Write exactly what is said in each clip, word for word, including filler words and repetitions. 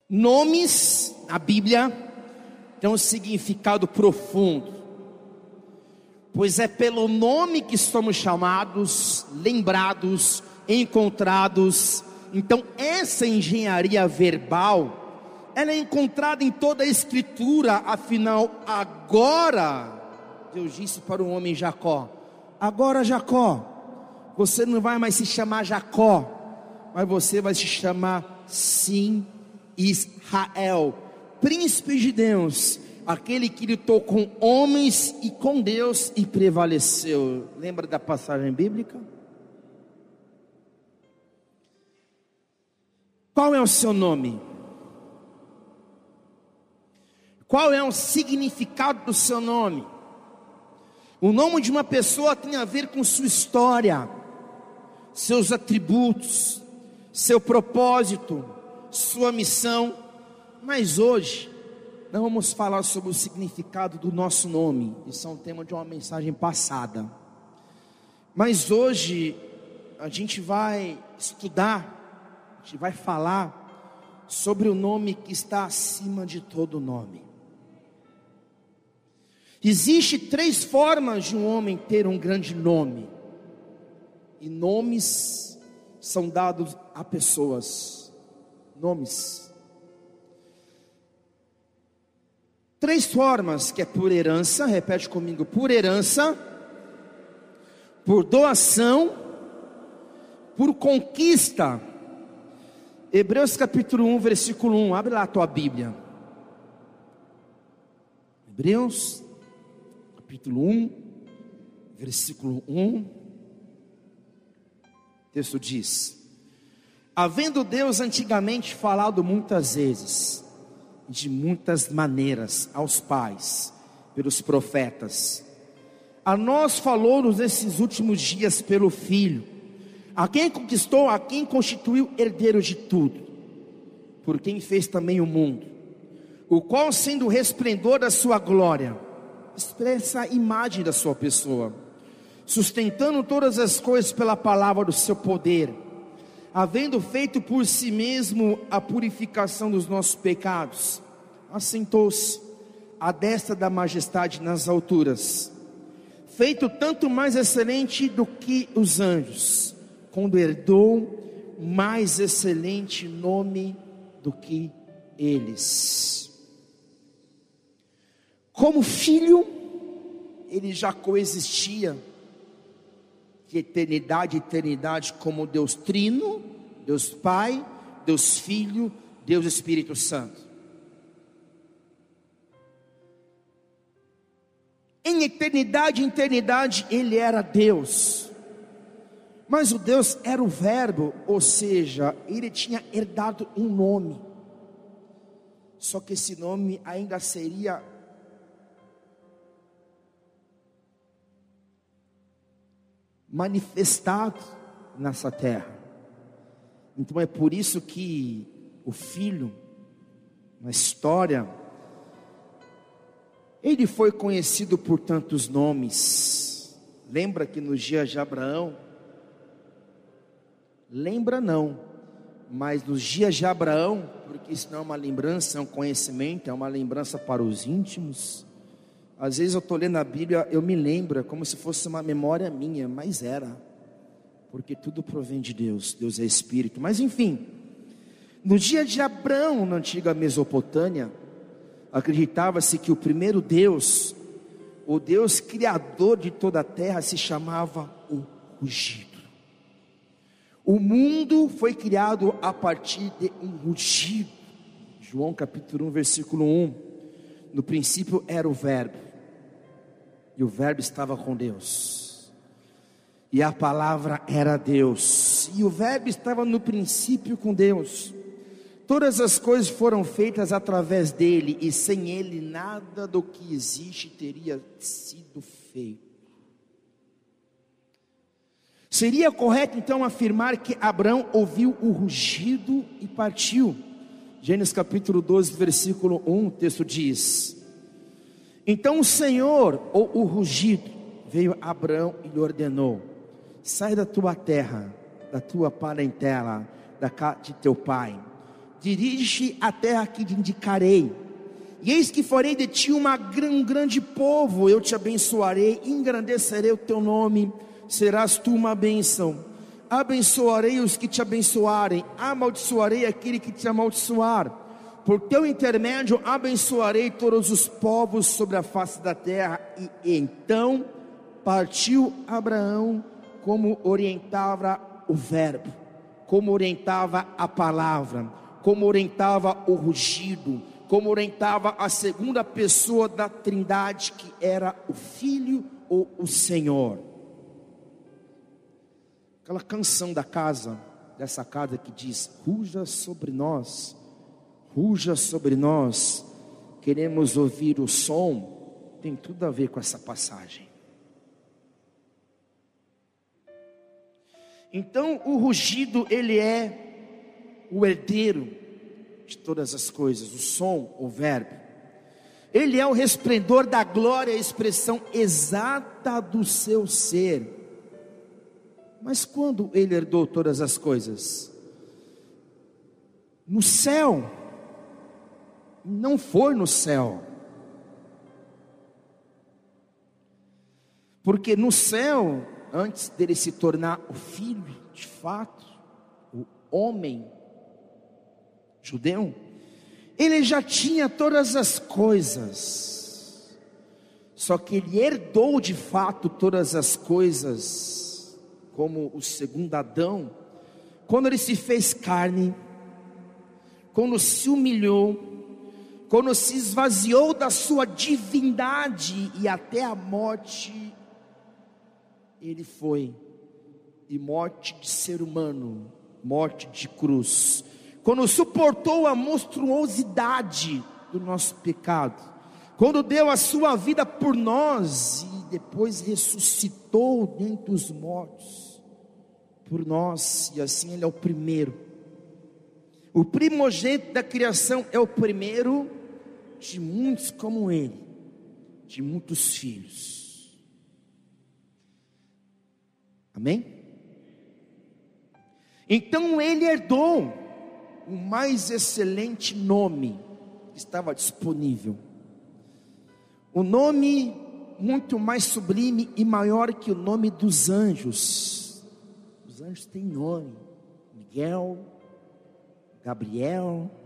Nomes na Bíblia têm um significado profundo, pois é pelo nome que somos chamados, lembrados, encontrados. Então essa engenharia verbal, ela é encontrada em toda a Escritura. Afinal, agora Deus disse para o homem Jacó: agora Jacó, você não vai mais se chamar Jacó, mas você vai se chamar sim Israel, príncipe de Deus, aquele que lutou com homens e com Deus e prevaleceu. Lembra da passagem bíblica? Qual é o seu nome? Qual é o significado do seu nome? O nome de uma pessoa tem a ver com sua história, seus atributos, seu propósito, sua missão. Mas hoje nós vamos falar sobre o significado do nosso nome. Isso é um tema de uma mensagem passada. Mas hoje a gente vai estudar, a gente vai falar sobre o nome que está acima de todo nome. Existem três formas de um homem ter um grande nome. E nomes são dados a pessoas. Nomes. Três formas, que é por herança, repete comigo: por herança, por doação, por conquista. Hebreus capítulo um, versículo um, abre lá a tua Bíblia. Hebreus capítulo um, versículo um. O texto diz: havendo Deus antigamente falado muitas vezes, de muitas maneiras, aos pais, pelos profetas, a nós falou-nos nesses últimos dias pelo Filho, a quem conquistou, a quem constituiu herdeiro de tudo, por quem fez também o mundo, o qual, sendo o resplendor da sua glória, expressa a imagem da sua pessoa, sustentando todas as coisas pela palavra do seu poder, havendo feito por si mesmo a purificação dos nossos pecados, assentou-se à destra da majestade nas alturas, feito tanto mais excelente do que os anjos, quando herdou mais excelente nome do que eles. Como filho, ele já coexistia de eternidade a eternidade como Deus Trino, Deus Pai, Deus Filho, Deus Espírito Santo. Em eternidade e eternidade ele era Deus, mas o Deus era o Verbo, ou seja, ele tinha herdado um nome, só que esse nome ainda seria manifestado nessa terra. Então é por isso que o Filho, na história, ele foi conhecido por tantos nomes. Lembra que nos dias de Abraão, lembra não, mas nos dias de Abraão, porque isso não é uma lembrança, é um conhecimento, é uma lembrança para os íntimos. Às vezes eu estou lendo a Bíblia, eu me lembro, é como se fosse uma memória minha, mas era, porque tudo provém de Deus, Deus é Espírito. Mas enfim, no dia de Abraão, na antiga Mesopotâmia, acreditava-se que o primeiro Deus, o Deus criador de toda a terra, se chamava o rugido. O mundo foi criado a partir de um rugido. João capítulo um, versículo um. No princípio era o Verbo, e o Verbo estava com Deus, e a palavra era Deus, e o Verbo estava no princípio com Deus. Todas as coisas foram feitas através dele, e sem ele nada do que existe teria sido feito. Seria correto então afirmar que Abraão ouviu o rugido e partiu. Gênesis capítulo doze, versículo um, o texto diz: então o Senhor, ou o rugido, veio a Abraão e lhe ordenou: sai da tua terra, da tua parentela, da casa de teu pai, dirige a terra que te indicarei, e eis que farei de ti uma, um grande povo, eu te abençoarei, engrandecerei o teu nome, serás tu uma bênção, abençoarei os que te abençoarem, amaldiçoarei aquele que te amaldiçoar, por teu intermédio abençoarei todos os povos sobre a face da terra. E então partiu Abraão, como orientava o verbo, como orientava a palavra, como orientava o rugido, como orientava a segunda pessoa da Trindade, que era o Filho ou o Senhor. Aquela canção da casa, dessa casa que diz: ruja sobre nós, ruja sobre nós, queremos ouvir o som, tem tudo a ver com essa passagem. Então o rugido, ele é o herdeiro de todas as coisas, o som, o verbo. Ele é o resplendor da glória, a expressão exata do seu ser. Mas quando ele herdou todas as coisas? No céu. Não foi no céu. Porque no céu, antes dele se tornar o filho, de fato, o homem judeu, ele já tinha todas as coisas. Só que ele herdou de fato todas as coisas, como o segundo Adão, quando ele se fez carne, quando se humilhou, quando se esvaziou da sua divindade e até a morte, ele foi, e morte de ser humano, morte de cruz, quando suportou a monstruosidade do nosso pecado, quando deu a sua vida por nós, e depois ressuscitou dentre os mortos, por nós, e assim ele é o primeiro, o primogênito da criação, é o primeiro de muitos como ele, de muitos filhos. Amém? Então ele herdou o mais excelente nome que estava disponível, o nome muito mais sublime e maior que o nome dos anjos. Os anjos têm nome: Miguel, Gabriel.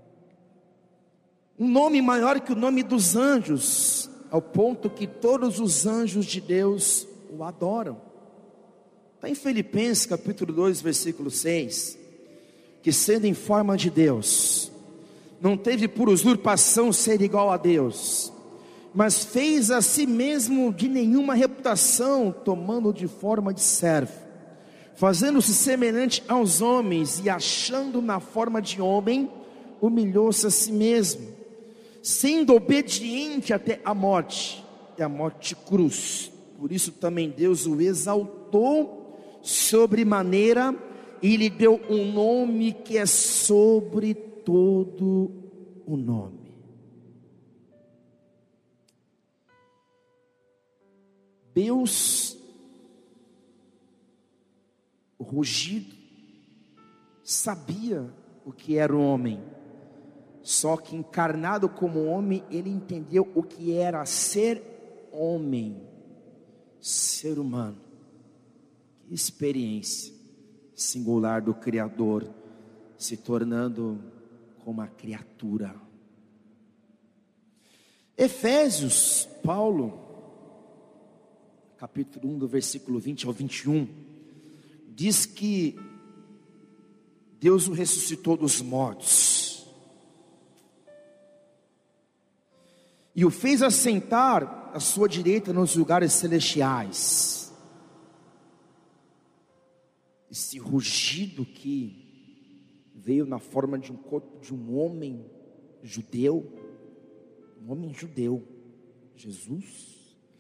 Um nome maior que o nome dos anjos, ao ponto que todos os anjos de Deus o adoram. Está em Filipenses capítulo dois, versículo seis, que sendo em forma de Deus, não teve por usurpação ser igual a Deus, mas fez a si mesmo de nenhuma reputação, tomando de forma de servo, fazendo-se semelhante aos homens, e achando na forma de homem, humilhou-se a si mesmo, sendo obediente até a morte, e a morte de cruz. Por isso também Deus o exaltou sobremaneira, e lhe deu um nome que é sobre todo o nome. Deus, o rugido, sabia o que era o homem, só que encarnado como homem, ele entendeu o que era ser homem, ser humano. Que experiência singular do Criador, se tornando como uma criatura. Efésios, Paulo, capítulo um, do versículo vinte ao vinte e um, diz que Deus o ressuscitou dos mortos, e o fez assentar à sua direita nos lugares celestiais. Esse rugido que veio na forma de um corpo de um homem judeu, um homem judeu, Jesus,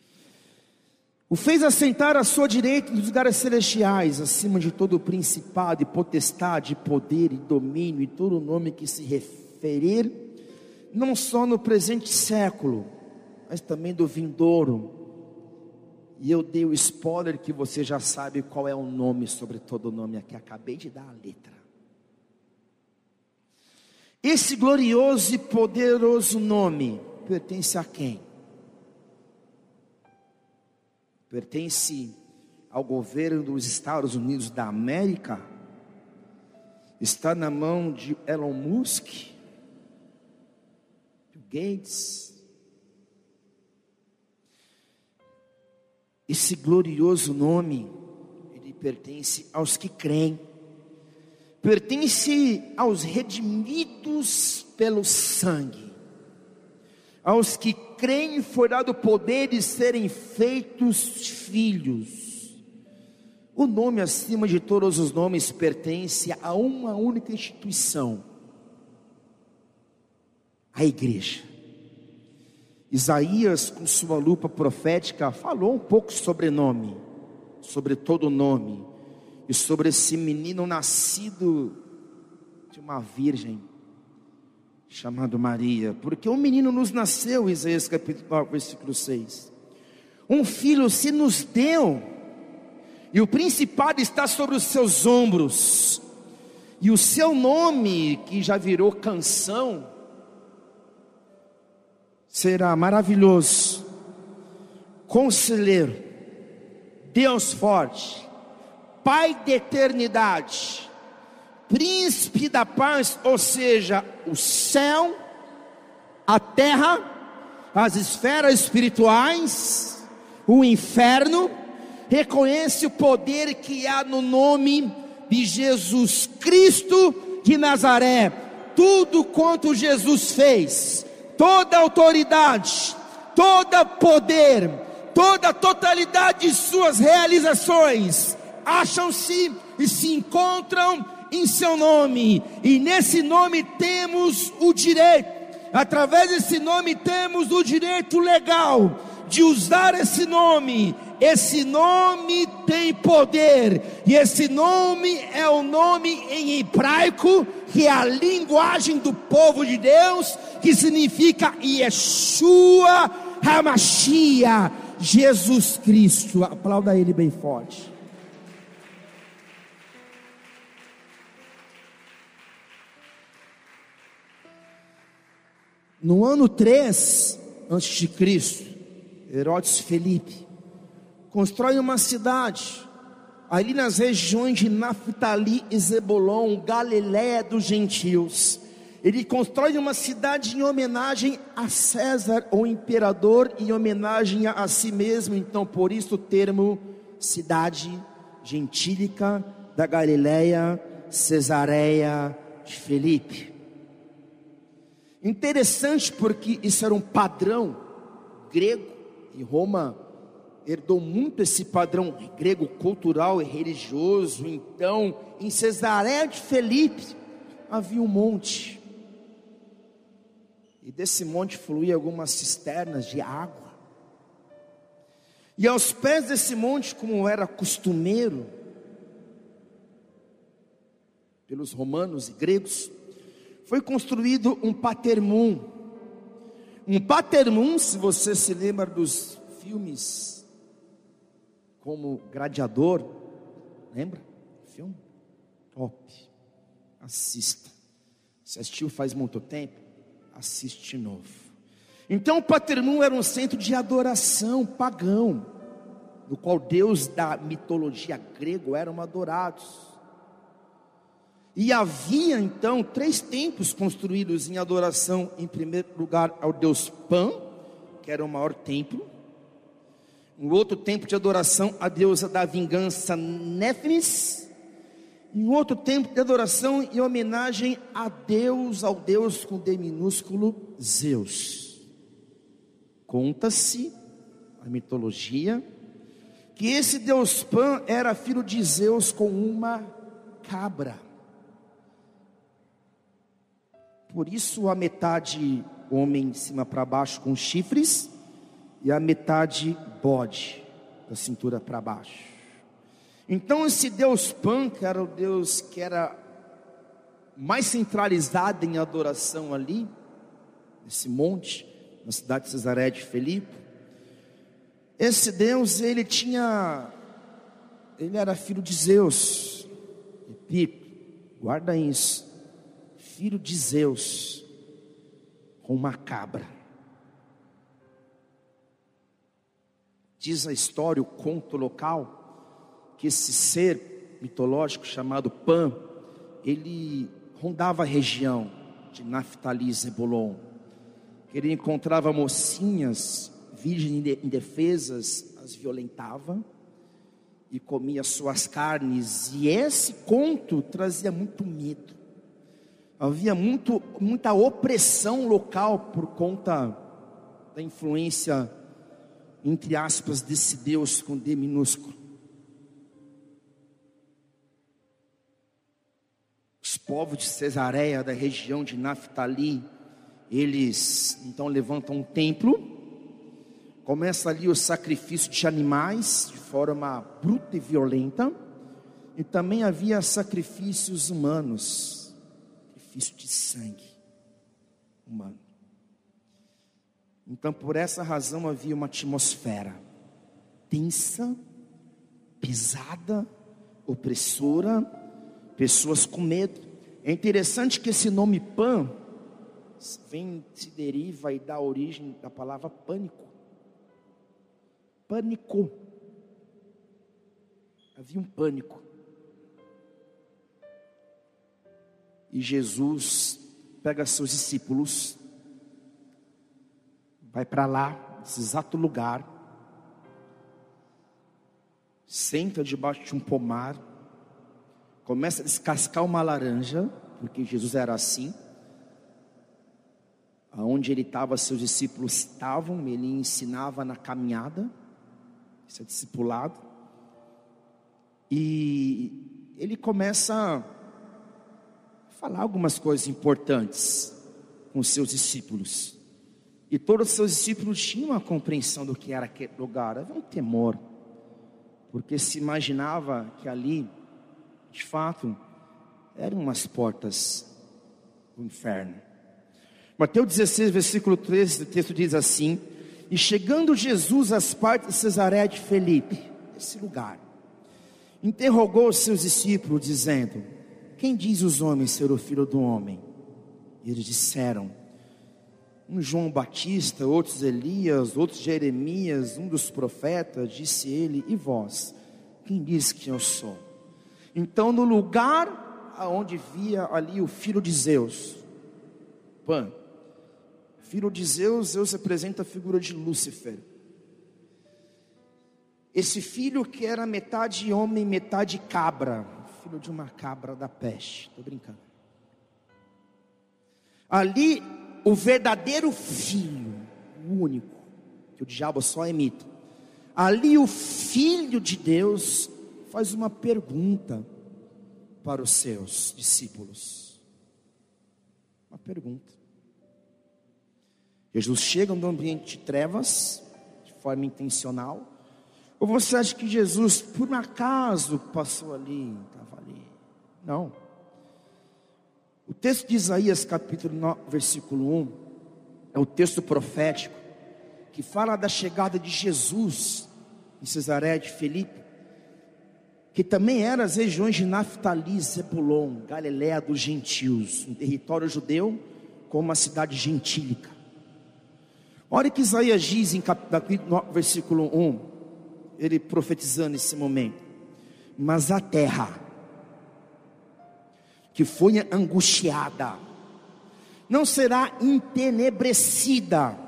o fez assentar à sua direita nos lugares celestiais, acima de todo o principado e potestade, poder e domínio e todo o nome que se referir, não só no presente século, mas também do vindouro. E eu dei o spoiler que você já sabe qual é o nome sobre todo o nome aqui. Acabei de dar a letra. Esse glorioso e poderoso nome pertence a quem? Pertence ao governo dos Estados Unidos da América? Está na mão de Elon Musk, Bill Gates? Esse glorioso nome, ele pertence aos que creem, pertence aos redimidos pelo sangue, aos que creem foi dado o poder de serem feitos filhos. O nome acima de todos os nomes pertence a uma única instituição, a igreja. Isaías, com sua lupa profética, falou um pouco sobre nome, sobre todo nome, e sobre esse menino nascido de uma virgem, chamado Maria, porque um menino nos nasceu, Isaías capítulo nove, versículo seis. Um filho se nos deu, e o principado está sobre os seus ombros, e o seu nome, que já virou canção, será maravilhoso, conselheiro, Deus forte, Pai da eternidade, príncipe da paz. Ou seja, o céu, a terra, as esferas espirituais, o inferno, reconhece o poder que há no nome de Jesus Cristo de Nazaré. Tudo quanto Jesus fez, toda autoridade, todo poder, toda a totalidade de suas realizações, acham-se e se encontram em seu nome. E nesse nome temos o direito, através desse nome temos o direito legal de usar esse nome. Esse nome tem poder, e esse nome é o nome em hebraico, que é a linguagem do povo de Deus, que significa Yeshua HaMashiach, Jesus Cristo. Aplauda ele bem forte. No ano três antes de Cristo, Herodes Filipe constrói uma cidade ali nas regiões de Naftali e Zebulon, Galiléia dos gentios. Ele constrói uma cidade em homenagem a César, o imperador, em homenagem a, a si mesmo. Então, por isso o termo cidade gentílica da Galiléia, Cesareia de Filipe. Interessante, porque isso era um padrão grego, e Roma herdou muito esse padrão grego cultural e religioso. Então, em Cesareia de Filipe havia um monte, e desse monte fluía algumas cisternas de água, e aos pés desse monte, como era costumeiro pelos romanos e gregos, foi construído um patermum. Um patermum, se você se lembra dos filmes como Gladiador, lembra? Filme top, assista. Se assistiu faz muito tempo, assiste de novo. Então o patermum era um centro de adoração pagão, no qual Deus da mitologia grega eram adorados. E havia então três templos construídos em adoração, em primeiro lugar ao deus Pan, que era o maior templo. Um outro templo de adoração à deusa da vingança, Néfnis. E um outro templo de adoração em homenagem a Deus, ao Deus com D minúsculo, Zeus. Conta-se a mitologia que esse deus Pan era filho de Zeus com uma cabra. Por isso a metade homem de cima para baixo com chifres, e a metade bode, da cintura para baixo. Então esse deus Pan, que era o deus que era mais centralizado em adoração ali, nesse monte, na cidade de Cesareia de Filipe, esse deus, ele tinha, ele era filho de Zeus. Repito, guarda isso, filho de Zeus com uma cabra. Diz a história, o conto local, que esse ser mitológico chamado Pan, ele rondava a região de Naftali e Zebulon. Ele encontrava mocinhas virgens indefesas, as violentava e comia suas carnes. E esse conto trazia muito medo. Havia muito, muita opressão local por conta da influência, entre aspas, desse Deus com D minúsculo. Os povos de Cesareia, da região de Naftali, eles então levantam um templo, começa ali o sacrifício de animais de forma bruta e violenta, e também havia sacrifícios humanos, sacrifício de sangue humano. Então, por essa razão, havia uma atmosfera tensa, pesada, opressora, pessoas com medo. É interessante que esse nome Pan vem, se deriva e dá origem da palavra pânico. Pânico. Havia um pânico. E Jesus pega seus discípulos, vai para lá, nesse exato lugar, senta debaixo de um pomar, começa a descascar uma laranja, porque Jesus era assim. Aonde ele estava, seus discípulos estavam, ele ensinava na caminhada, isso é discipulado. E ele começa a falar algumas coisas importantes com os seus discípulos. E todos os seus discípulos tinham uma compreensão do que era aquele lugar. Havia um temor, porque se imaginava que ali, de fato, eram umas portas do inferno. Mateus dezesseis, versículo treze, o texto diz assim: e chegando Jesus às partes de Cesareia de Filipe, esse lugar, interrogou os seus discípulos, dizendo: quem diz os homens ser o filho do homem? E eles disseram: um João Batista, outros Elias, outros Jeremias, um dos profetas. Disse ele: e vós, quem diz que eu sou? Então, no lugar aonde via ali o filho de Zeus, Pan, filho de Zeus, Zeus representa a figura de Lúcifer. Esse filho que era metade homem, metade cabra, filho de uma cabra da peste. Estou brincando. Ali, o verdadeiro filho, o único, que o diabo só imita. Ali o filho de Deus faz uma pergunta para os seus discípulos. Uma pergunta. Jesus chega no ambiente de trevas, de forma intencional. Ou você acha que Jesus, por um acaso, passou ali, estava ali? Não. O texto de Isaías, capítulo nove, versículo um, é o texto profético, que fala da chegada de Jesus em Cesareia de Filipe, que também era as regiões de Naftali, Zebulon, Galiléia dos gentios, um território judeu com uma cidade gentílica. Olha o que Isaías diz em capítulo nove, versículo um, ele profetizando nesse momento: mas a terra que foi angustiada não será entenebrecida.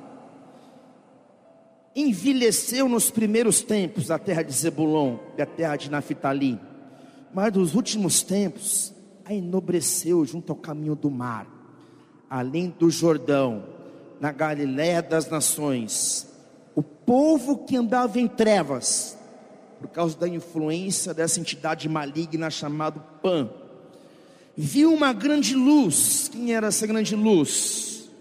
Envelheceu nos primeiros tempos a terra de Zebulon e a terra de Naftali, mas nos últimos tempos a enobreceu junto ao caminho do mar, além do Jordão, na Galiléia das nações. O povo que andava em trevas, por causa da influência dessa entidade maligna chamada Pan, viu uma grande luz. Quem era essa grande luz?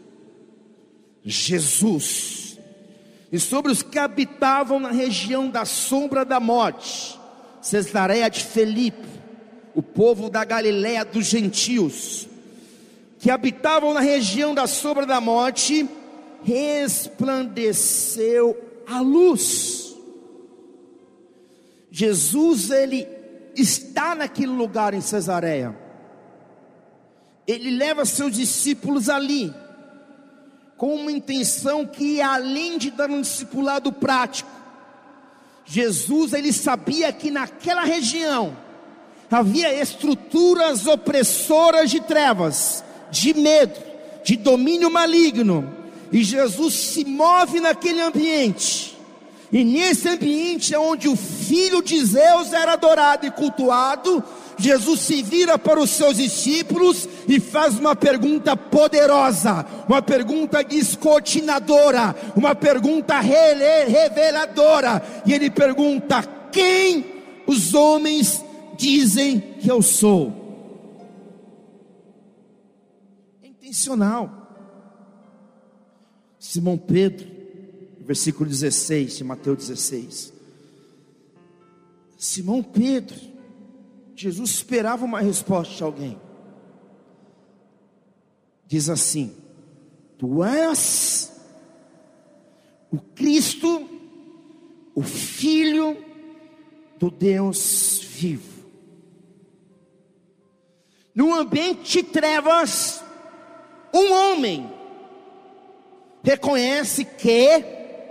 Jesus. E sobre os que habitavam na região da sombra da morte, Cesareia de Filipe, o povo da Galiléia dos gentios, que habitavam na região da sombra da morte, resplandeceu a luz. Jesus, ele está naquele lugar em Cesareia. ele leva seus discípulos ali, com uma intenção que, além de dar um discipulado prático, Jesus, ele sabia que naquela região havia estruturas opressoras de trevas, de medo, de domínio maligno, e Jesus se move naquele ambiente, e nesse ambiente é onde o Filho de Deus era adorado e cultuado. Jesus se vira para os seus discípulos e faz uma pergunta poderosa, uma pergunta descortinadora, uma pergunta reveladora, e ele pergunta: quem os homens dizem que eu sou? É intencional. Simão Pedro, versículo dezesseis de Mateus dezesseis. Simão Pedro, Jesus esperava uma resposta de alguém. Diz assim: tu és o Cristo, o Filho do Deus vivo. No ambiente de trevas, um homem reconhece que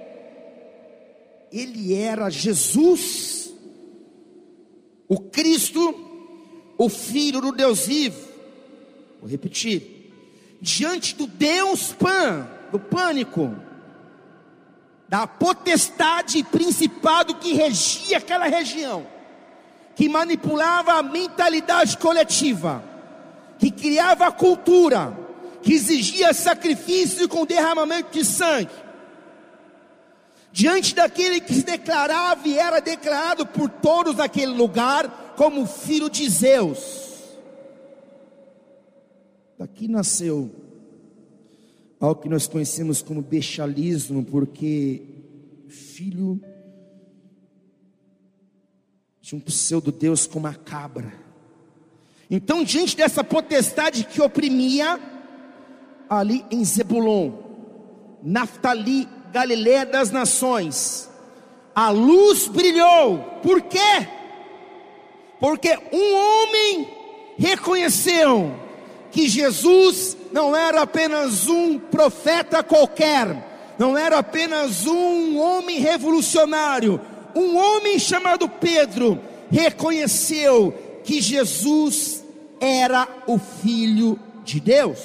ele era Jesus, o Cristo, o Filho do Deus vivo. Vou repetir: diante do Deus Pan, do pânico, da potestade e principado que regia aquela região, que manipulava a mentalidade coletiva, que criava a cultura, que exigia sacrifício com derramamento de sangue, diante daquele que se declarava e era declarado por todos naquele lugar como Filho de Deus. Daqui nasceu algo que nós conhecemos como bestialismo, porque filho de um pseudo-deus como a cabra. Então, diante dessa potestade que oprimia, ali em Zebulon, Naftali, Galileia das nações, a luz brilhou. Por quê? Porque um homem reconheceu que Jesus não era apenas um profeta qualquer, não era apenas um homem revolucionário. Um homem chamado Pedro reconheceu que Jesus era o Filho de Deus.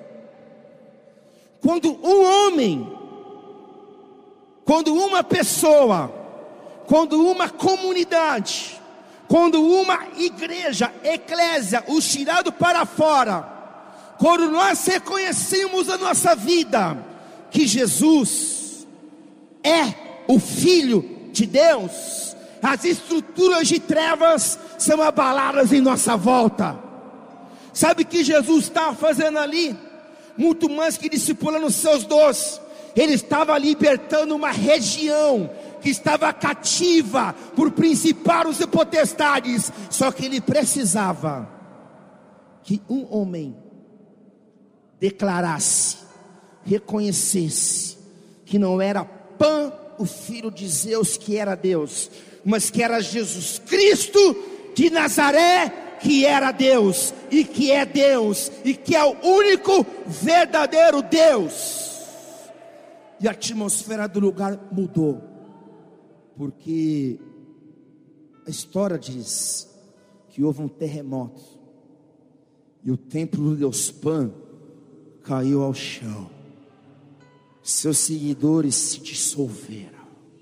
Quando um homem, quando uma pessoa, quando uma comunidade, quando uma igreja, eclésia, os tirado para fora, quando nós reconhecemos a nossa vida que Jesus é o Filho de Deus, as estruturas de trevas são abaladas em nossa volta. Sabe o que Jesus estava fazendo ali? Muito mais que discipulando os seus doze, ele estava libertando uma região que estava cativa por principados e potestades. Só que ele precisava que um homem declarasse, reconhecesse que não era Pan, o Filho de Deus, que era Deus, mas que era Jesus Cristo de Nazaré, que era Deus, e que é Deus, e que é o único verdadeiro Deus. E a atmosfera do lugar mudou, porque a história diz que houve um terremoto, e o templo do Deus Pan caiu ao chão, seus seguidores se dissolveram.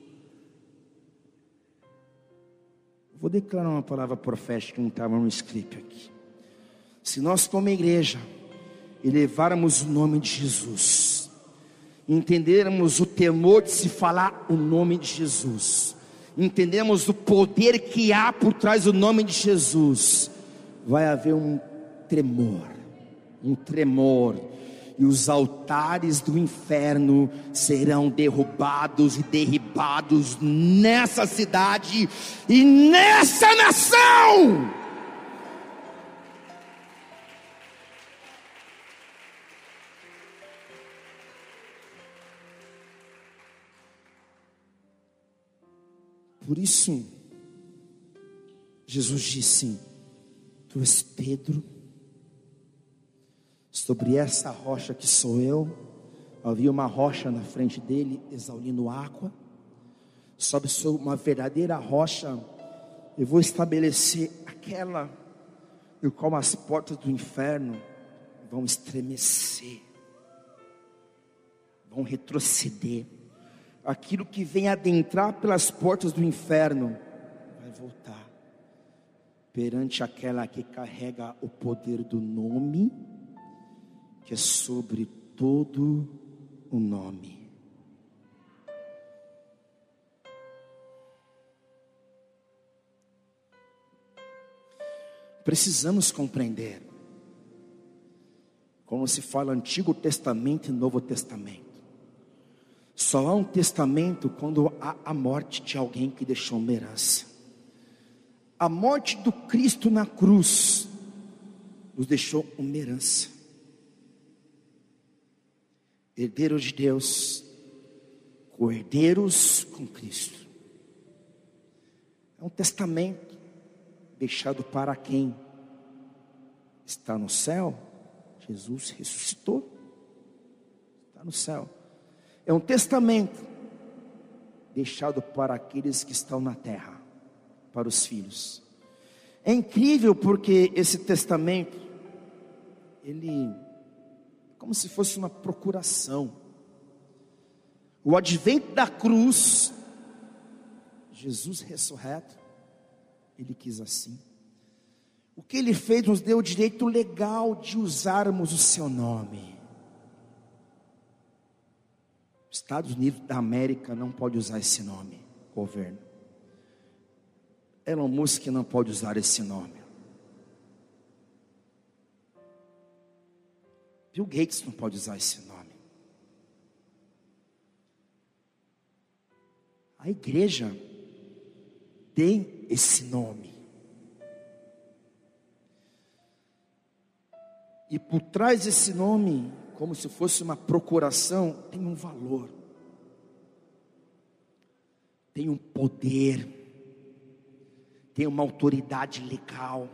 Vou declarar uma palavra profética que não estava no script aqui. Se nós como igreja elevarmos o nome de Jesus, entendermos o temor de se falar o nome de Jesus, entendemos o poder que há por trás do nome de Jesus, vai haver um tremor, um tremor, e os altares do inferno serão derrubados e derribados nessa cidade e nessa nação. Por isso, Jesus disse: tu és Pedro, Sobre essa rocha que sou eu, havia uma rocha na frente dele, exaulindo água. Sobre uma verdadeira rocha, eu vou estabelecer aquela, e como as portas do inferno vão estremecer, vão retroceder. Aquilo que vem adentrar pelas portas do inferno vai voltar perante aquela que carrega o poder do nome, que é sobre todo o nome. Precisamos compreender, quando se fala Antigo Testamento e Novo Testamento, só há um testamento quando há a morte de alguém que deixou uma herança. A morte do Cristo na cruz nos deixou uma herança. Herdeiros de Deus, co-herdeiros com Cristo. É um testamento deixado para quem está no céu. Jesus ressuscitou, está no céu. É um testamento deixado para aqueles que estão na terra, para os filhos. É incrível porque esse testamento, ele é como se fosse uma procuração. O advento da cruz, Jesus ressurreto, ele quis assim. O que ele fez nos deu o direito legal de usarmos o seu nome. Estados Unidos da América não pode usar esse nome, governo. Elon Musk não pode usar esse nome. Bill Gates não pode usar esse nome. A igreja tem esse nome. E por trás desse nome, como se fosse uma procuração, tem um valor, tem um poder, tem uma autoridade legal.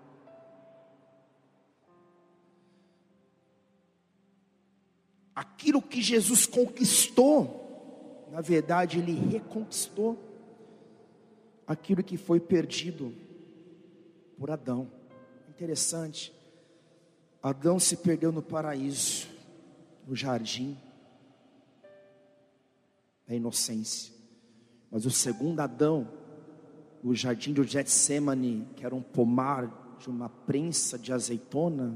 Aquilo que Jesus conquistou, na verdade ele reconquistou aquilo que foi perdido por Adão. Interessante, Adão se perdeu no paraíso, no jardim da inocência. Mas o segundo Adão, no jardim do Getsemane, que era um pomar de uma prensa de azeitona,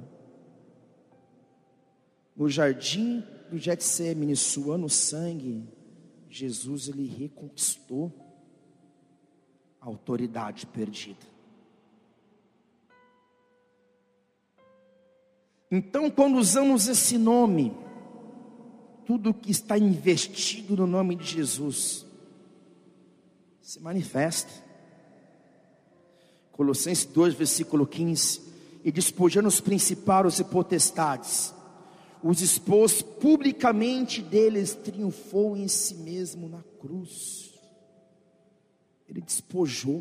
no jardim do Getsemane, suando sangue, Jesus ele reconquistou a autoridade perdida. Então, quando usamos esse nome, tudo que está investido no nome de Jesus se manifesta. Colossenses dois, versículo quinze: e despojando os principados e potestades, os expôs publicamente, deles triunfou em si mesmo na cruz. Ele despojou,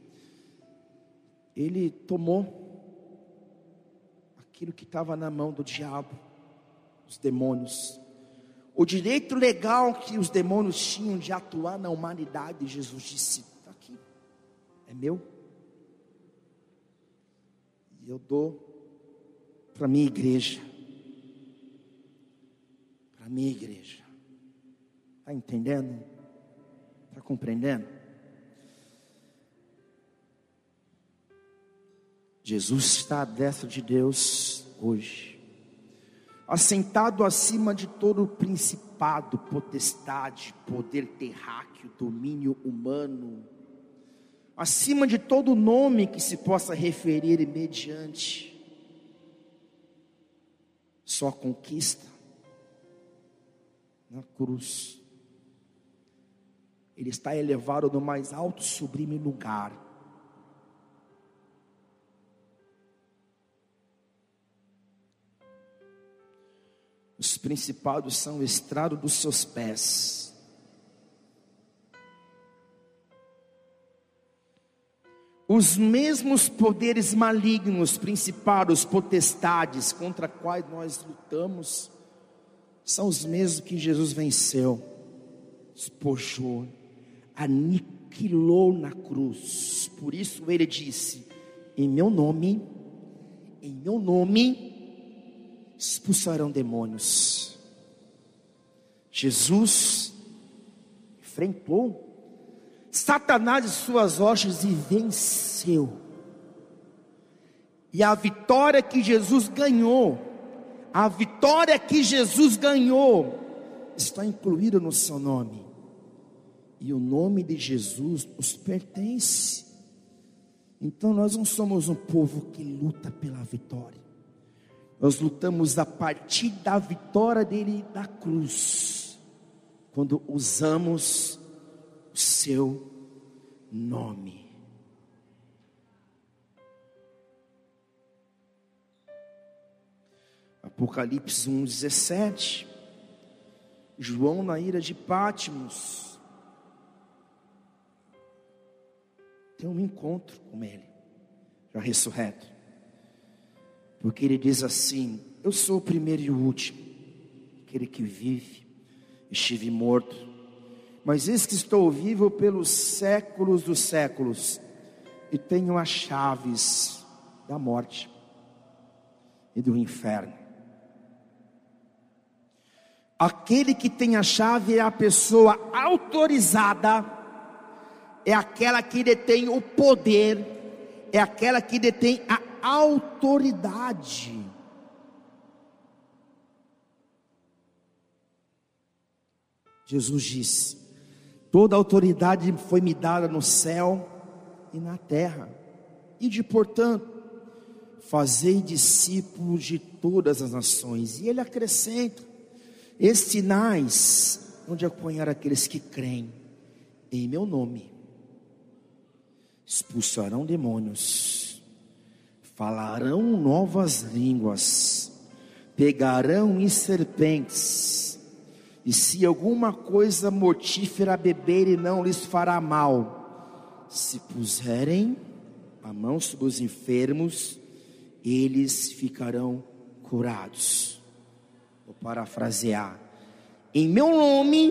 ele tomou aquilo que estava na mão do diabo, os demônios, o direito legal que os demônios tinham de atuar na humanidade. Jesus disse: está aqui, é meu, e eu dou para a minha igreja, para a minha igreja. Está entendendo? Está compreendendo? Jesus está à destra de Deus hoje, assentado acima de todo o principado, potestade, poder terráqueo, domínio humano, acima de todo nome que se possa referir mediante sua conquista na cruz. Ele está elevado no mais alto e sublime lugar. Os principados são o estrado dos seus pés. Os mesmos poderes malignos, principados, potestades, contra quais nós lutamos, são os mesmos que Jesus venceu, despojou, aniquilou na cruz. Por isso ele disse: em meu nome, em meu nome, expulsarão demônios. Jesus enfrentou Satanás e suas hostes e venceu. E a vitória que Jesus ganhou, a vitória que Jesus ganhou, está incluída no seu nome. E o nome de Jesus nos pertence. Então nós não somos um povo que luta pela vitória. Nós lutamos a partir da vitória dele da cruz, quando usamos o seu nome. Apocalipse um, dezessete. João na ira de Patmos tem um encontro com ele, já ressurreto, porque ele diz assim: eu sou o primeiro e o último, aquele que vive. Estive morto, mas eis que estou vivo pelos séculos dos séculos, e tenho as chaves da morte e do inferno. Aquele que tem a chave é a pessoa autorizada, é aquela que detém o poder, é aquela que detém a autoridade. Jesus disse: toda autoridade foi me dada no céu e na terra. E de portanto, fazei discípulos de todas as nações. E ele acrescenta: estes sinais hão de acompanhar aqueles que creem em meu nome. Expulsarão demônios, falarão novas línguas, pegarão em serpentes, e se alguma coisa mortífera beberem, não lhes fará mal. Se puserem a mão sobre os enfermos, eles ficarão curados. Vou parafrasear: em meu nome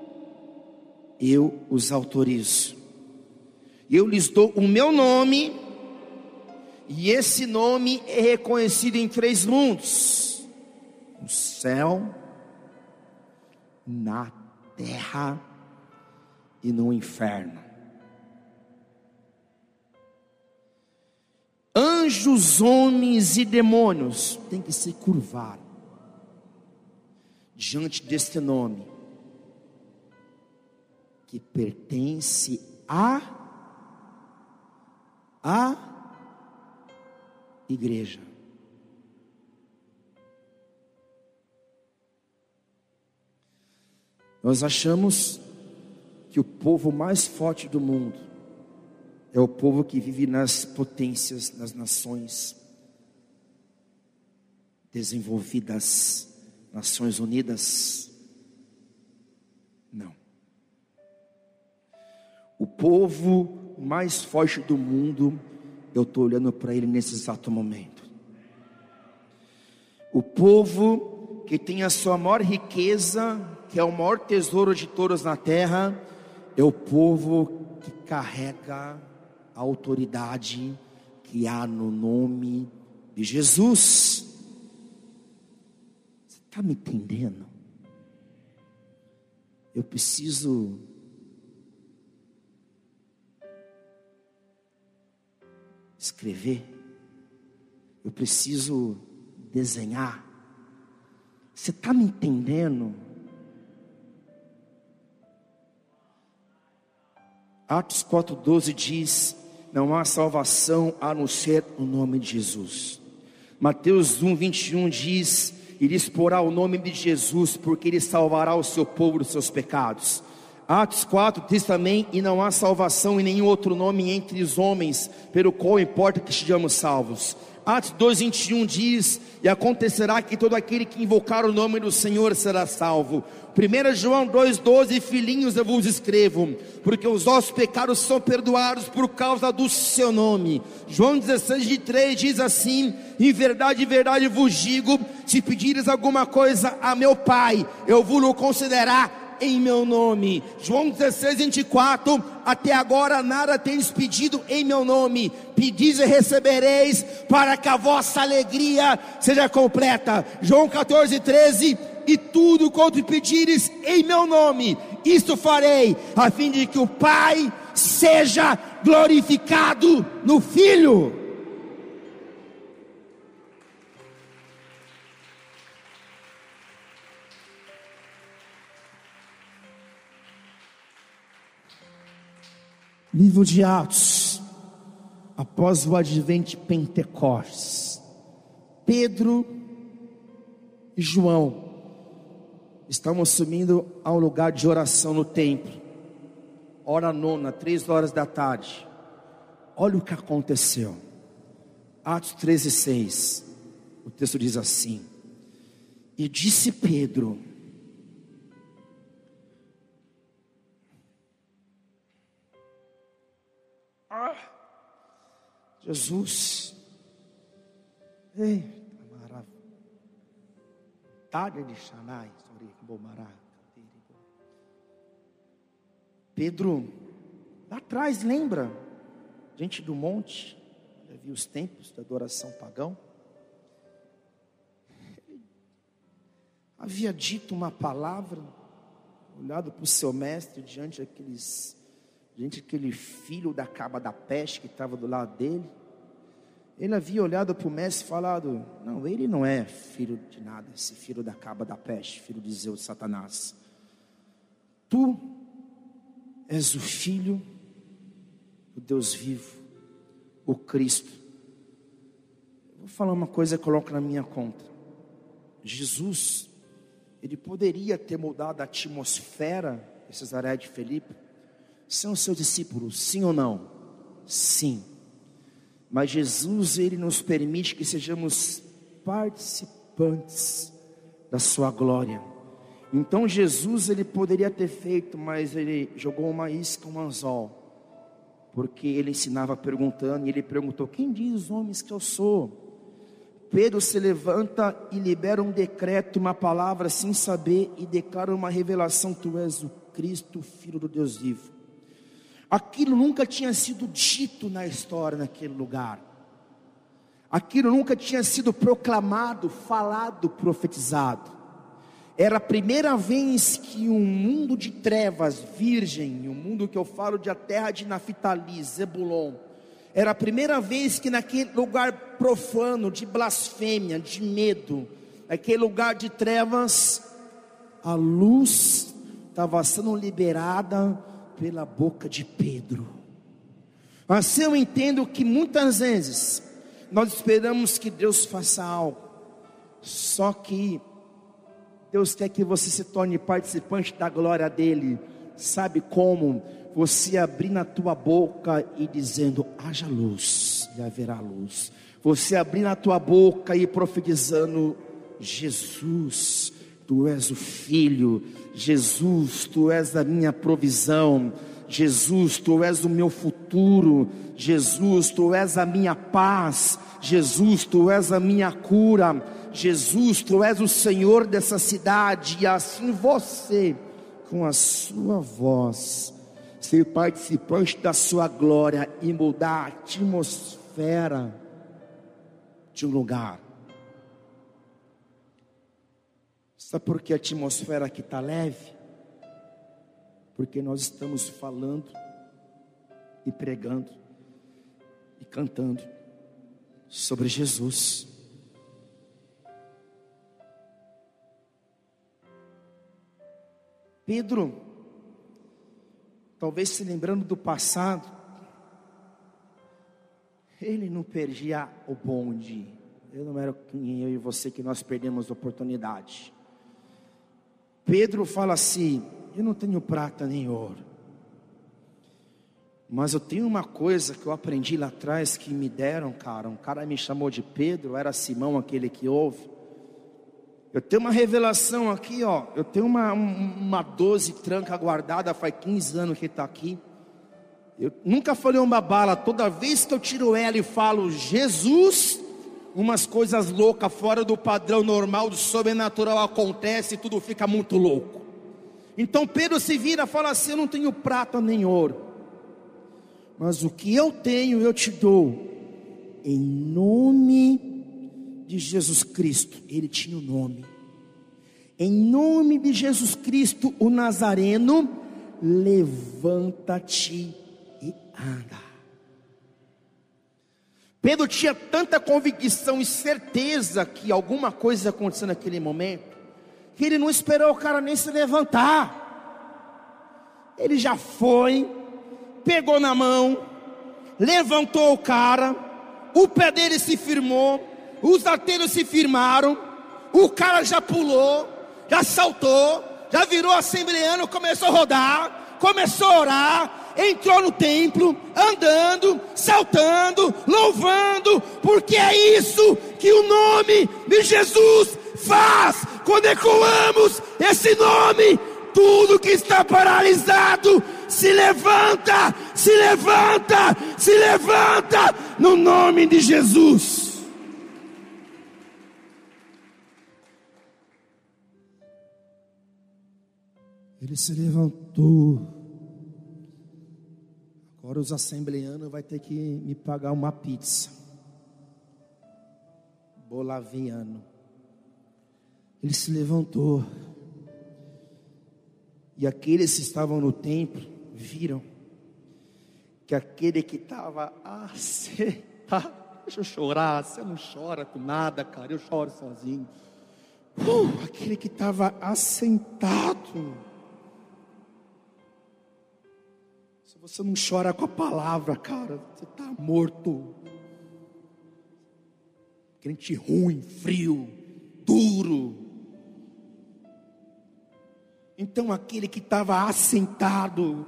eu os autorizo. Eu lhes dou o meu nome, e esse nome é reconhecido em três mundos: no céu, na terra e no inferno. Anjos, homens e demônios têm que se curvar diante deste nome, que pertence a a igreja. Nós achamos que o povo mais forte do mundo é o povo que vive nas potências, nas nações desenvolvidas, Nações Unidas. Não. O povo mais forte do mundo, eu estou olhando para ele nesse exato momento. O povo que tem a sua maior riqueza, que é o maior tesouro de todos na terra, é o povo que carrega a autoridade que há no nome de Jesus. Você está me entendendo? Eu preciso escrever, eu preciso desenhar. Você está me entendendo? Atos quatro, doze diz: não há salvação a não ser o nome de Jesus. Mateus um, vinte e um diz: ele exporá o nome de Jesus, porque ele salvará o seu povo dos seus pecados. Atos quatro diz também: e não há salvação em nenhum outro nome entre os homens, pelo qual importa que estejamos salvos. Atos dois, vinte e um diz: e acontecerá que todo aquele que invocar o nome do Senhor será salvo. primeiro João dois, doze: filhinhos, eu vos escrevo, porque os vossos pecados são perdoados por causa do seu nome. João dezesseis, vinte e três diz assim: em verdade, em verdade vos digo, se pedires alguma coisa a meu Pai, eu vos concederá em meu nome. João dezesseis, vinte e quatro: até agora nada tendes pedido em meu nome, pedis e recebereis, para que a vossa alegria seja completa. João quatorze, treze: e tudo quanto pedires em meu nome, isto farei, a fim de que o Pai seja glorificado no Filho. Livro de Atos, após o advento de Pentecostes, Pedro e João estavam subindo a um lugar de oração no templo, hora nona, três horas da tarde. Olha o que aconteceu. Atos treze, seis, o texto diz assim: e disse Pedro: ah, Jesus, ei, Pedro, lá atrás, lembra? Gente do monte, havia os templos da adoração pagão. Havia dito uma palavra, olhado para o seu mestre, diante daqueles, diante daquele filho da caba da peste que estava do lado dele. Ele havia olhado para o mestre e falado: não, ele não é filho de nada, esse filho da caba da peste, filho de Zeus, de Satanás. Tu és o Filho do Deus vivo, o Cristo. Eu vou falar uma coisa que eu coloco na minha conta. Jesus, ele poderia ter mudado a atmosfera de Cesareia de Filipe. São seus discípulos, sim ou não? Sim. Mas Jesus, ele nos permite que sejamos participantes da sua glória. Então Jesus, ele poderia ter feito, mas ele jogou uma isca, um anzol, porque ele ensinava perguntando, e ele perguntou: quem diz os homens que eu sou? Pedro se levanta e libera um decreto, uma palavra sem saber, e declara uma revelação: tu és o Cristo, Filho do Deus vivo. Aquilo nunca tinha sido dito na história naquele lugar. Aquilo nunca tinha sido proclamado, falado, profetizado. Era a primeira vez que um mundo de trevas, virgem, um mundo que eu falo de a terra de Naftali, Zebulon, era a primeira vez que naquele lugar profano, de blasfêmia, de medo, aquele lugar de trevas, a luz estava sendo liberada pela boca de Pedro. Assim eu entendo que muitas vezes nós esperamos que Deus faça algo, só que Deus quer que você se torne participante da glória dele. Sabe como? Você abrir na tua boca e dizendo: haja luz, e haverá luz. Você abrir na tua boca e profetizando: Jesus, tu és o Filho. Jesus, tu és a minha provisão. Jesus, tu és o meu futuro. Jesus, tu és a minha paz. Jesus, tu és a minha cura. Jesus, tu és o Senhor dessa cidade. E assim você, com a sua voz, ser participante da sua glória e mudar a atmosfera de um lugar. Sabe por que a atmosfera aqui está leve? Porque nós estamos falando e pregando e cantando sobre Jesus. Pedro, talvez se lembrando do passado, ele não perdia o bonde. Eu não era nem eu e você que nós perdemos a oportunidade. Pedro fala assim: eu não tenho prata nem ouro, Mas eu tenho uma coisa que eu aprendi lá atrás, que me deram, cara. Um cara me chamou de Pedro, era Simão aquele que ouve. Eu tenho uma revelação aqui, ó. Eu tenho uma, uma doze tranca guardada, faz quinze anos que está aqui. Eu nunca falei uma bala. Toda vez que eu tiro ela e falo Jesus, umas coisas loucas fora do padrão normal, do sobrenatural acontece e tudo fica muito louco. Então Pedro se vira e fala assim: eu não tenho prata nem ouro, mas o que eu tenho eu te dou, em nome de Jesus Cristo. Ele tinha o nome. Em nome de Jesus Cristo, o Nazareno, levanta-te e anda. Pedro tinha tanta convicção e certeza que alguma coisa ia acontecer naquele momento, que ele não esperou o cara nem se levantar. Ele já foi, pegou na mão, levantou o cara, o pé dele se firmou, os arteiros se firmaram, o cara já pulou, já saltou, já virou assembleano, começou a rodar, começou a orar, entrou no templo, andando, saltando, louvando, porque é isso que o nome de Jesus faz. Quando ecoamos esse nome, tudo que está paralisado se levanta, se levanta, se levanta, no nome de Jesus. Ele se levantou. Agora os assembleanos vão ter que me pagar uma pizza bolaviano. Ele se levantou. E aqueles que estavam no templo viram que aquele que estava assentado, deixa eu chorar, você não chora com nada, cara, eu choro sozinho. Uh, aquele que estava assentado. Se você não chora com a palavra, cara, você está morto. Crente ruim, frio, duro. Então aquele que estava assentado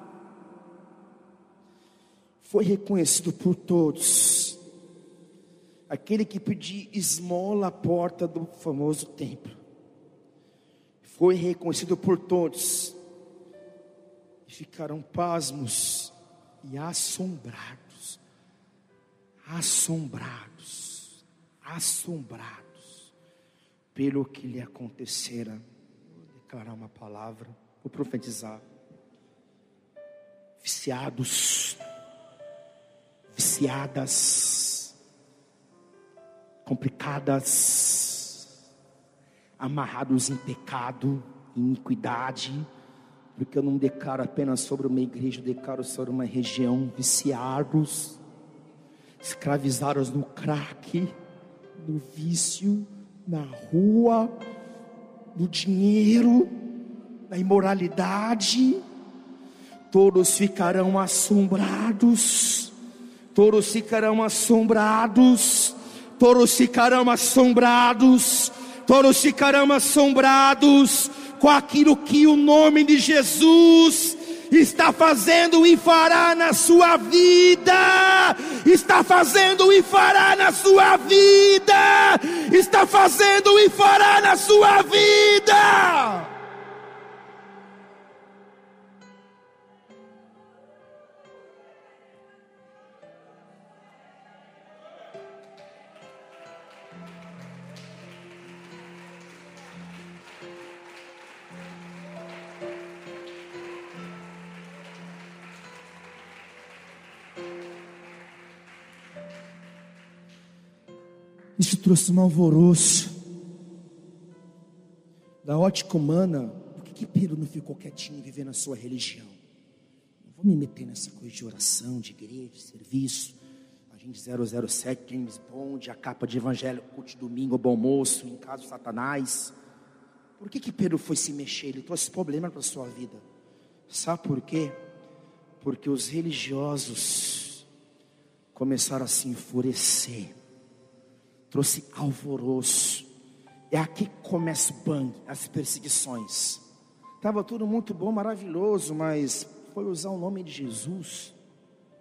foi reconhecido por todos. Aquele que pedia esmola à porta do famoso templo foi reconhecido por todos. E ficaram pasmos e assombrados. Assombrados. Assombrados pelo que lhe acontecera. Declarar uma palavra, vou profetizar. Viciados, viciadas, complicadas, amarrados em pecado, em iniquidade, porque eu não declaro apenas sobre uma igreja, eu declaro sobre uma região. Viciados, escravizados no crack, no vício, na rua, no dinheiro, na imoralidade. Todos ficarão assombrados, todos ficarão assombrados, todos ficarão assombrados, todos ficarão assombrados com aquilo que o nome de Jesus está fazendo e fará na sua vida, está fazendo e fará na sua vida, está fazendo e fará na sua vida. Isso trouxe um alvoroço. Da ótica humana, por que, que Pedro não ficou quietinho vivendo a sua religião? Não vou me meter nessa coisa de oração, de igreja, de serviço. A gente zero zero sete, James Bond, a capa de evangelho, culto de domingo, bom moço, em casa de Satanás. Por que, que Pedro foi se mexer? Ele trouxe problema para a sua vida. Sabe por quê? Porque os religiosos começaram a se enfurecer. Trouxe alvoroço. É aqui que começa o bang, as perseguições. Estava tudo muito bom, maravilhoso, mas foi usar o nome de Jesus.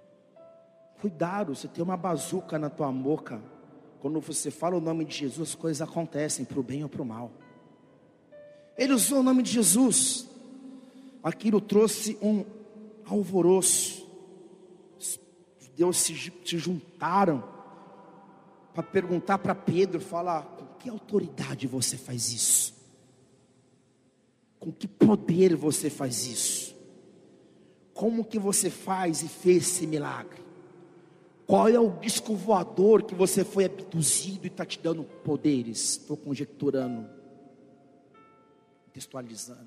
Cuidado, você tem uma bazuca na tua boca. Quando você fala o nome de Jesus, as coisas acontecem para o bem ou para o mal. Ele usou o nome de Jesus. Aquilo trouxe um alvoroço. Os judeus se, se juntaram para perguntar para Pedro, falar: com que autoridade você faz isso? Com que poder você faz isso? Como que você faz e fez esse milagre? Qual é o disco voador que você foi abduzido e está te dando poderes? Estou conjecturando, textualizando.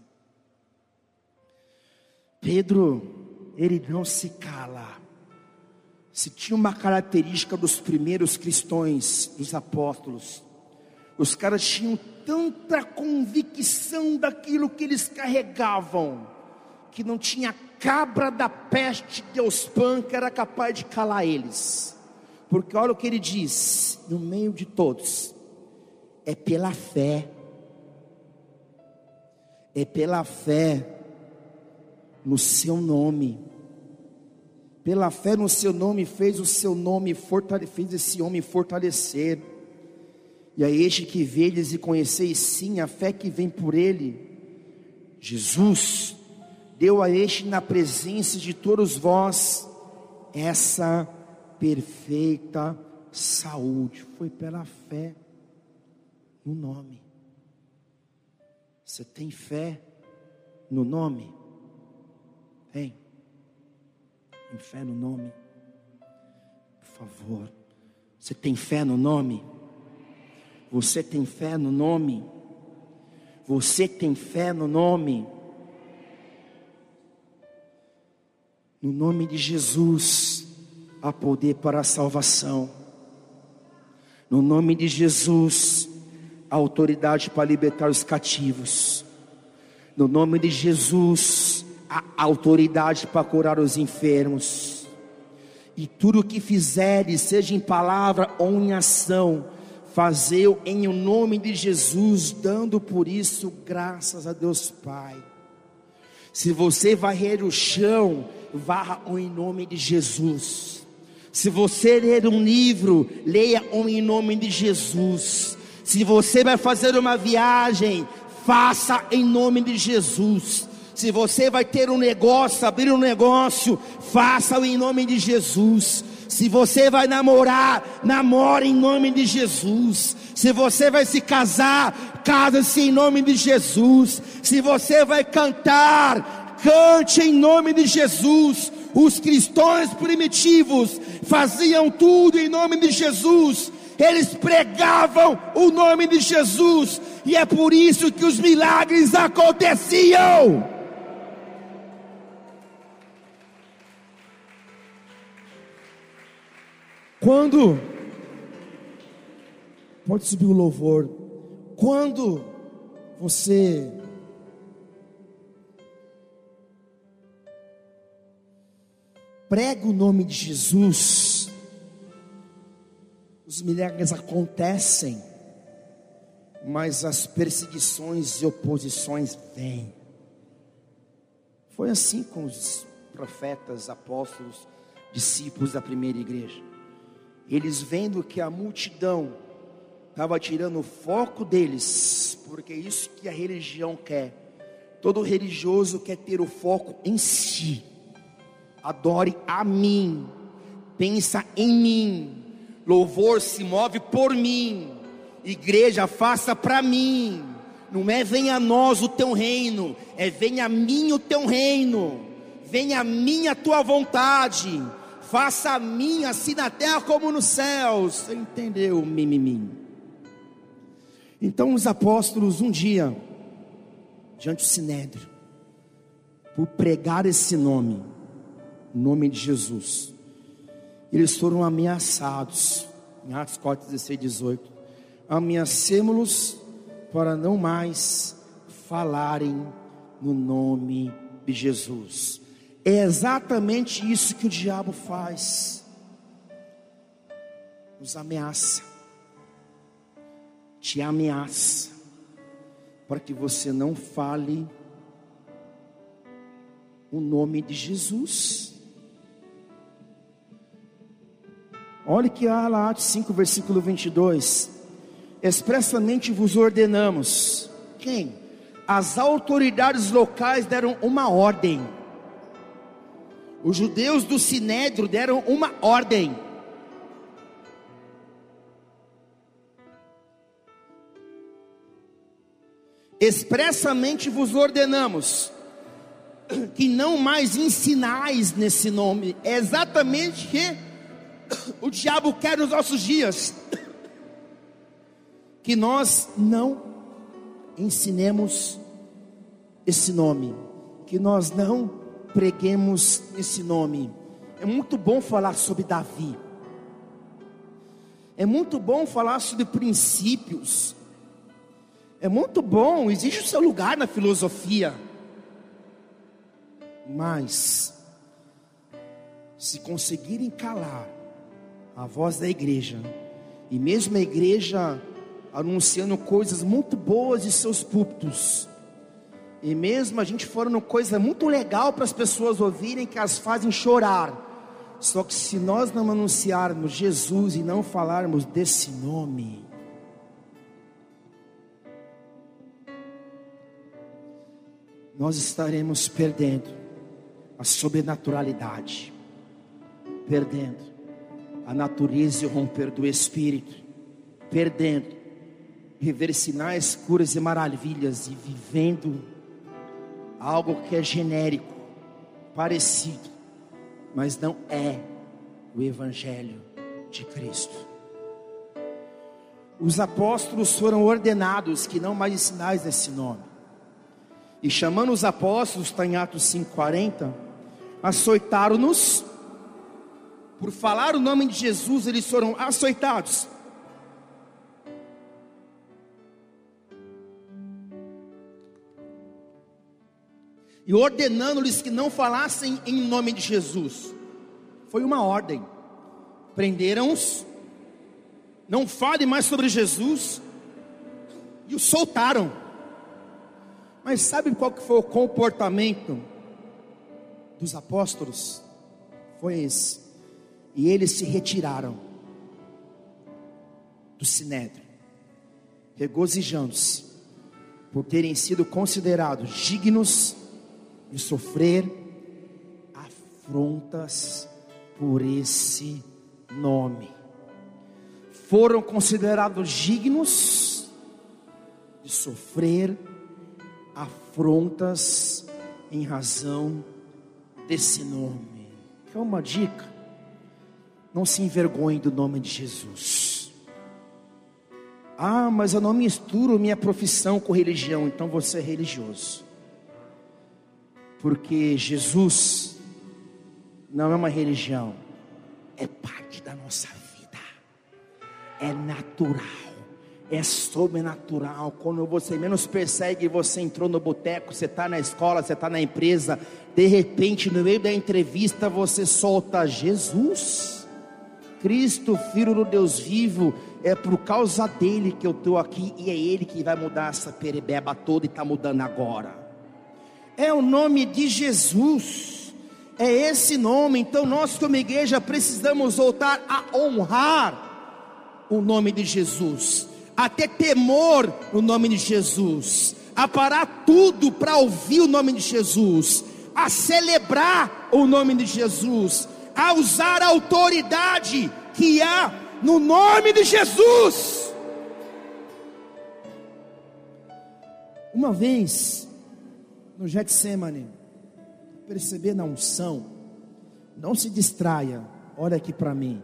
Pedro, ele não se cala. Se tinha uma característica dos primeiros cristãos, dos apóstolos, os caras tinham tanta convicção daquilo que eles carregavam, que não tinha cabra da peste Deus Pan que era capaz de calar eles. Porque olha o que ele diz, no meio de todos: é pela fé, é pela fé no seu nome, pela fé no seu nome fez o seu nome fortale, fez esse homem fortalecer. E a este que vedes e conheceis sim a fé que vem por ele, Jesus deu a este na presença de todos vós essa perfeita saúde. Foi pela fé no nome. Você tem fé no nome? Tem? Tem fé no nome? Por favor. Você tem fé no nome? Você tem fé no nome? Você tem fé no nome? No nome de Jesus há poder para a salvação. No nome de Jesus há autoridade para libertar os cativos. No nome de Jesus há autoridade para curar os enfermos. E tudo o que fizeres, seja em palavra ou em ação, fazei-o em o nome de Jesus, dando por isso graças a Deus Pai. Se você varrer o chão, varra-o em nome de Jesus. Se você ler um livro, leia-o em nome de Jesus. Se você vai fazer uma viagem, faça em nome de Jesus. Se você vai ter um negócio, abrir um negócio, faça-o em nome de Jesus. Se você vai namorar, namore em nome de Jesus. Se você vai se casar, casa-se em nome de Jesus. Se você vai cantar, cante em nome de Jesus. Os cristãos primitivos faziam tudo em nome de Jesus. Eles pregavam o nome de Jesus, e é por isso que os milagres aconteciam. Quando, pode subir o louvor, quando você prega o nome de Jesus, os milagres acontecem, mas as perseguições e oposições vêm. Foi assim com os profetas, apóstolos, discípulos da primeira igreja. Eles vendo que a multidão estava tirando o foco deles, porque é isso que a religião quer. Todo religioso quer ter o foco em si. Adore a mim, pensa em mim, louvor se move por mim, igreja faça para mim. Não é venha a nós o teu reino, é venha a mim o teu reino, venha a mim a tua vontade, faça a mim assim na terra como nos céus. Você entendeu, mimimi? Então os apóstolos um dia, diante do sinédrio, por pregar esse nome, o nome de Jesus, eles foram ameaçados, em Atos quatro, dezesseis, dezoito, ameacemos-los para não mais falarem no nome de Jesus. É exatamente isso que o diabo faz, nos ameaça, te ameaça, para que você não fale o nome de Jesus. Olha que há lá, Atos cinco, versículo vinte e dois. Expressamente vos ordenamos. Quem? As autoridades locais deram uma ordem. Os judeus do Sinédrio deram uma ordem. Expressamente vos ordenamos que não mais ensinais nesse nome. É exatamente o que o diabo quer nos nossos dias. Que nós não ensinemos esse nome. Que nós não preguemos esse nome. É muito bom falar sobre Davi. É muito bom falar sobre princípios. É muito bom, existe o seu lugar na filosofia. Mas, se conseguirem calar a voz da igreja, e mesmo a igreja anunciando coisas muito boas de seus púlpitos, e mesmo a gente falando coisa muito legal para as pessoas ouvirem, que as fazem chorar, só que se nós não anunciarmos Jesus e não falarmos desse nome, nós estaremos perdendo a sobrenaturalidade, perdendo a natureza e o romper do Espírito, perdendo viver sinais, curas e maravilhas, e vivendo algo que é genérico, parecido, mas não é o Evangelho de Cristo. Os apóstolos foram ordenados que não mais sinais desse nome. E chamando os apóstolos, está em Atos cinco, quarenta, açoitaram-nos, por falar o nome de Jesus, eles foram açoitados. E ordenando-lhes que não falassem em nome de Jesus. Foi uma ordem. Prenderam-os, não falem mais sobre Jesus, e os soltaram. Mas sabe qual que foi o comportamento dos apóstolos? Foi esse. E eles se retiraram do Sinédrio, regozijando-se por terem sido considerados dignos de sofrer afrontas por esse nome. Foram considerados dignos de sofrer afrontas em razão desse nome. Que é uma dica: não se envergonhe do nome de Jesus. Ah, mas eu não misturo minha profissão com religião. Então você é religioso, porque Jesus não é uma religião, é parte da nossa vida, é natural, é sobrenatural. Quando você menos percebe, você entrou no boteco, você está na escola, você está na empresa, de repente no meio da entrevista você solta: Jesus Cristo, Filho do Deus vivo, é por causa dele que eu estou aqui, e é ele que vai mudar essa perebeba toda, e está mudando agora. É o nome de Jesus, é esse nome. Então nós como igreja precisamos voltar a honrar o nome de Jesus, a ter temor no nome de Jesus, a parar tudo para ouvir o nome de Jesus, a celebrar o nome de Jesus, a usar a autoridade que há no nome de Jesus. Uma vez no Getsemane, perceber na unção, não se distraia, olha aqui para mim.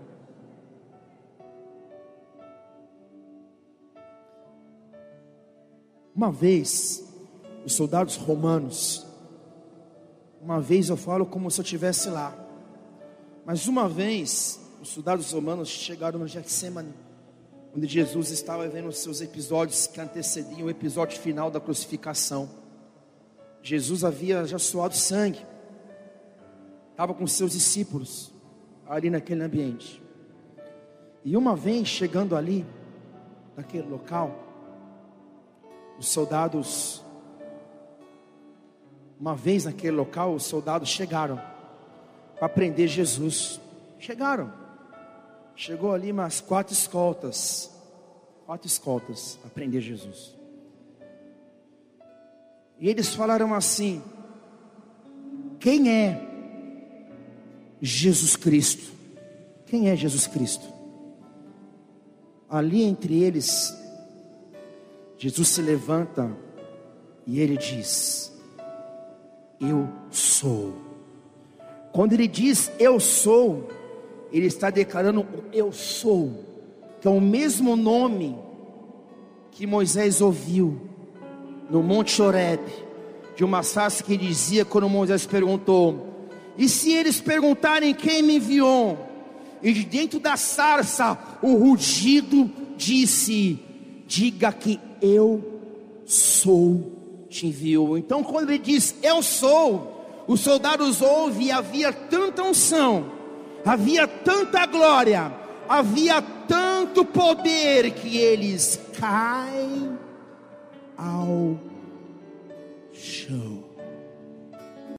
Uma vez, os soldados romanos, uma vez eu falo como se eu estivesse lá, mas uma vez, os soldados romanos chegaram no Getsemane, onde Jesus estava vendo os seus episódios que antecediam o episódio final da crucificação. Jesus havia já suado sangue, estava com seus discípulos ali naquele ambiente. E uma vez chegando ali, naquele local, os soldados, uma vez naquele local, os soldados chegaram para prender Jesus. Chegaram, Chegou ali umas quatro escoltas, quatro escoltas, a prender Jesus. E eles falaram assim: quem é Jesus Cristo? Quem é Jesus Cristo? Ali entre eles, Jesus se levanta e ele diz: eu sou. Quando ele diz eu sou, ele está declarando o eu sou, que é o mesmo nome que Moisés ouviu no Monte Horebe, de uma sarça que dizia, quando Moisés perguntou: e se eles perguntarem quem me enviou? E de dentro da sarça o rugido disse: diga que eu sou te enviou. Então quando ele diz eu sou, os soldados ouvem, e havia tanta unção, havia tanta glória, havia tanto poder, que eles caem ao chão.